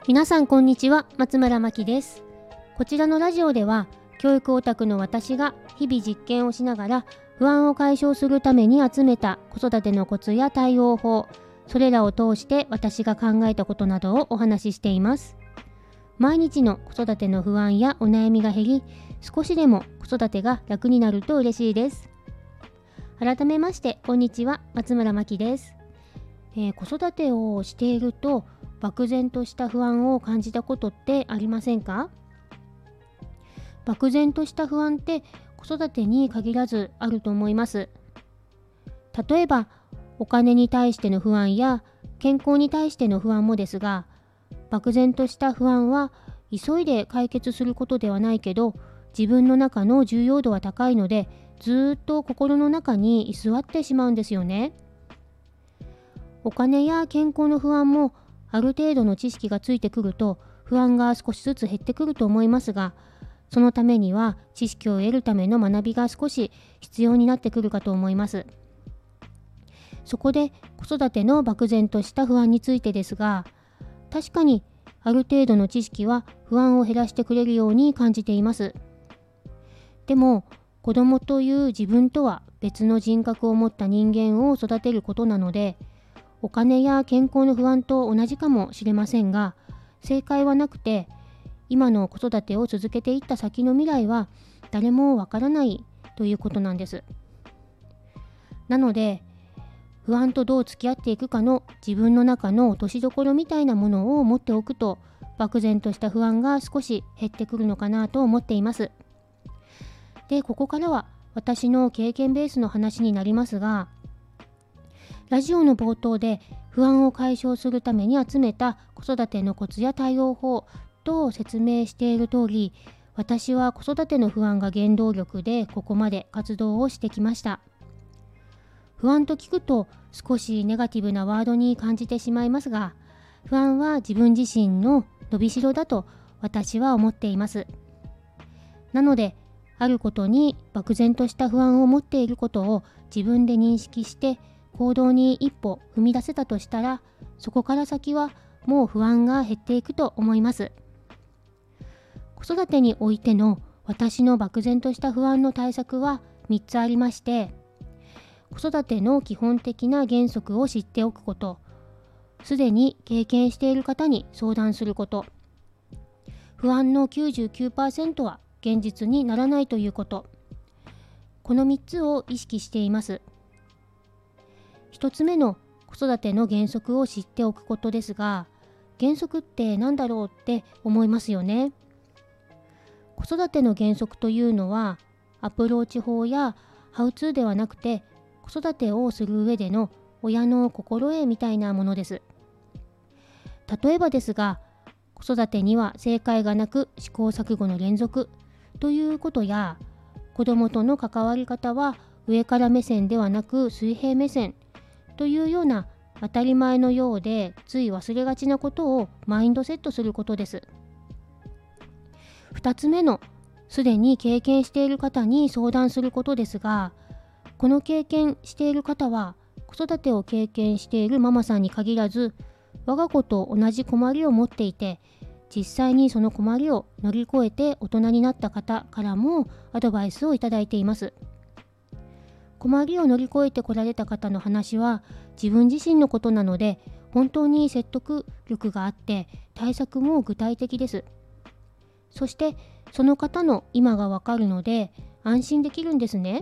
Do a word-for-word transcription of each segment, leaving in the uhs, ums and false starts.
皆さんこんにちは、松村真希です。こちらのラジオでは教育オタクの私が日々実験をしながら不安を解消するために集めた子育てのコツや対応法、それらを通して私が考えたことなどをお話ししています。毎日の子育ての不安やお悩みが減り、少しでも子育てが楽になると嬉しいです。改めましてこんにちは、松村真希です。えー、子育てをしていると漠然とした不安を感じたことってありませんか？漠然とした不安って子育てに限らずあると思います。例えばお金に対しての不安や健康に対しての不安もですが、漠然とした不安は急いで解決することではないけど、自分の中の重要度は高いのでずっと心の中に居座ってしまうんですよね。お金や健康の不安もある程度の知識がついてくると不安が少しずつ減ってくると思いますが、そのためには知識を得るための学びが少し必要になってくるかと思います。そこで子育ての漠然とした不安についてですが、確かにある程度の知識は不安を減らしてくれるように感じています。でも子供という自分とは別の人格を持った人間を育てることなので、お金や健康の不安と同じかもしれませんが、正解はなくて、今の子育てを続けていった先の未来は誰もわからないということなんです。なので、不安とどう付き合っていくかの自分の中の落としどころみたいなものを持っておくと、漠然とした不安が少し減ってくるのかなと思っています。で、ここからは私の経験ベースの話になりますが、ラジオの冒頭で不安を解消するために集めた子育てのコツや対応法と説明している通り、私は子育ての不安が原動力でここまで活動をしてきました。不安と聞くと少しネガティブなワードに感じてしまいますが、不安は自分自身の伸びしろだと私は思っています。なので、あることに漠然とした不安を持っていることを自分で認識して行動に一歩踏み出せたとしたら、そこから先はもう不安が減っていくと思います。子育てにおいての私の漠然とした不安の対策はみっつありまして、子育ての基本的な原則を知っておくこと、すでに経験している方に相談すること、不安の きゅうじゅうきゅうパーセント は現実にならないということ、このみっつを意識しています。一つ目の子育ての原則を知っておくことですが、原則って何だろうって思いますよね。子育ての原則というのはアプローチ法やハウツーではなくて、子育てをする上での親の心得みたいなものです。例えばですが、子育てには正解がなく試行錯誤の連続ということや、子供との関わり方は上から目線ではなく水平目線というような当たり前のようでつい忘れがちなことをマインドセットすることです。ふたつめのすでに経験している方に相談することですが、この経験している方は子育てを経験しているママさんに限らず、我が子と同じ困りを持っていて、実際にその困りを乗り越えて大人になった方からもアドバイスをいただいています。困りを乗り越えてこられた方の話は自分自身のことなので、本当に説得力があって対策も具体的です。そしてその方の今がわかるので安心できるんですね。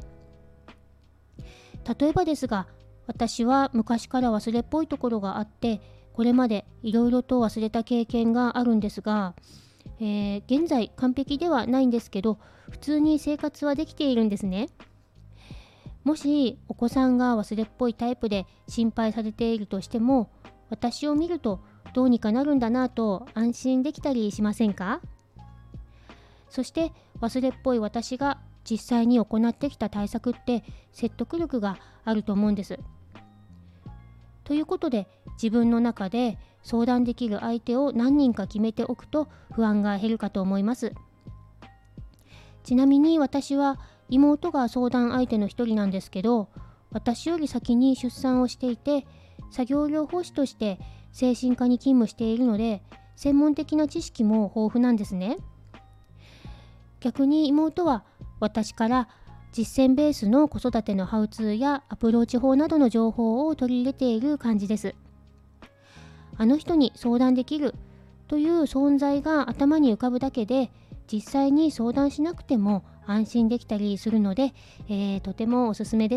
例えばですが、私は昔から忘れっぽいところがあって、これまでいろいろと忘れた経験があるんですが、えー、現在完璧ではないんですけど、普通に生活はできているんですね。もしお子さんが忘れっぽいタイプで心配されているとしても、私を見るとどうにかなるんだなと安心できたりしませんか？そして忘れっぽい私が実際に行ってきた対策って説得力があると思うんです。ということで、自分の中で相談できる相手を何人か決めておくと不安が減るかと思います。ちなみに私は妹が相談相手の一人なんですけど、私より先に出産をしていて、作業療法士として精神科に勤務しているので、 専門的な知識も豊富なんですね。逆に妹は私から実践ベースの子育てのハウツーやアプローチ法などの情報を取り入れている感じです。あの人に相談できるという存在が頭に浮かぶだけで、実際に相談しなくても安心できたりするので、えー、とてもおすすめです。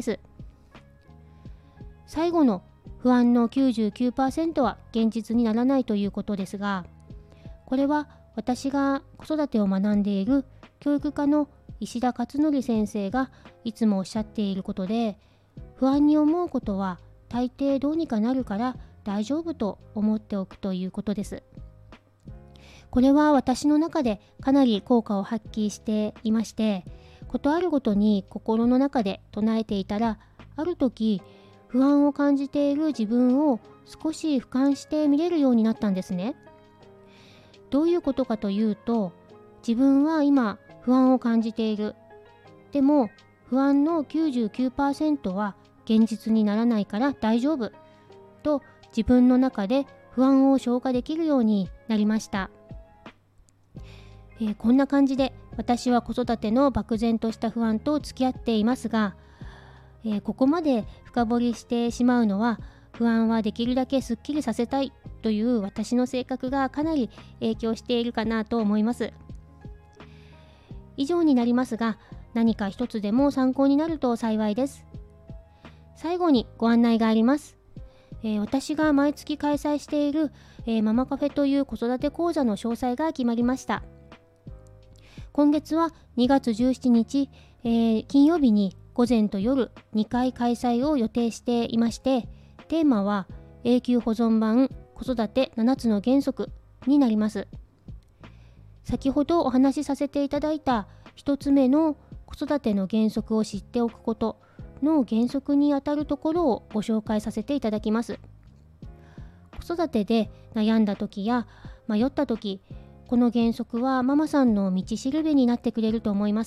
最後の不安の きゅうじゅうきゅうパーセント は現実にならないということですが、これは私が子育てを学んでいる教育科の石田勝則先生がいつもおっしゃっていることで、不安に思うことは大抵どうにかなるから大丈夫と思っておくということです。これは私の中でかなり効果を発揮していまして、ことあるごとに心の中で唱えていたら、ある時不安を感じている自分を少し俯瞰して見れるようになったんですね。どういうことかというと、自分は今不安を感じている。でも不安の きゅうじゅうきゅうパーセント は現実にならないから大丈夫と自分の中で不安を消化できるようになりました。えー、こんな感じで私は子育ての漠然とした不安と付き合っていますが、えー、ここまで深掘りしてしまうのは、不安はできるだけすっきりさせたいという私の性格がかなり影響しているかなと思います。以上になりますが、何か一つでも参考になると幸いです。最後にご案内があります。えー、私が毎月開催している、えー、ママカフェという子育て講座の詳細が決まりました。今月はにがつじゅうしちにち、えー、金曜日に午前と夜にかい開催を予定していまして、テーマは永久保存版子育てななつの原則になります。先ほどお話しさせていただいたひとつめの子育ての原則を知っておくことの原則にあたるところをご紹介させていただきます。子育てで悩んだ時や迷った時、この原則はママさんの道しるべになってくれると思います。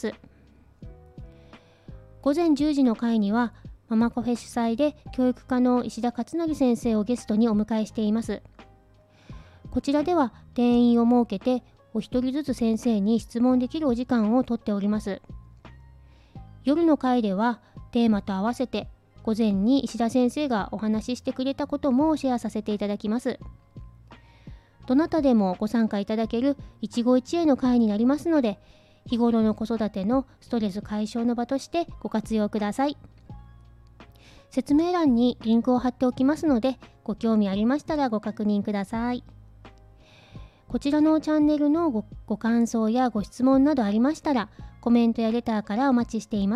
午前じゅうじの会にはママカフェ主催で教育科の石田勝則先生をゲストにお迎えしています。こちらでは定員を設けてお一人ずつ先生に質問できるお時間をとっております。夜の会ではテーマと合わせて午前に石田先生がお話ししてくれたこともシェアさせていただきます。どなたでもご参加いただける一期一会の会になりますので、日頃の子育てのストレス解消の場としてご活用ください。説明欄にリンクを貼っておきますので、ご興味ありましたらご確認ください。こちらのチャンネルの ご, ご感想やご質問などありましたら、コメントやレターからお待ちしています。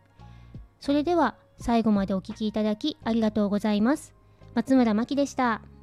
それでは最後までお聞きいただきありがとうございます。松村真希でした。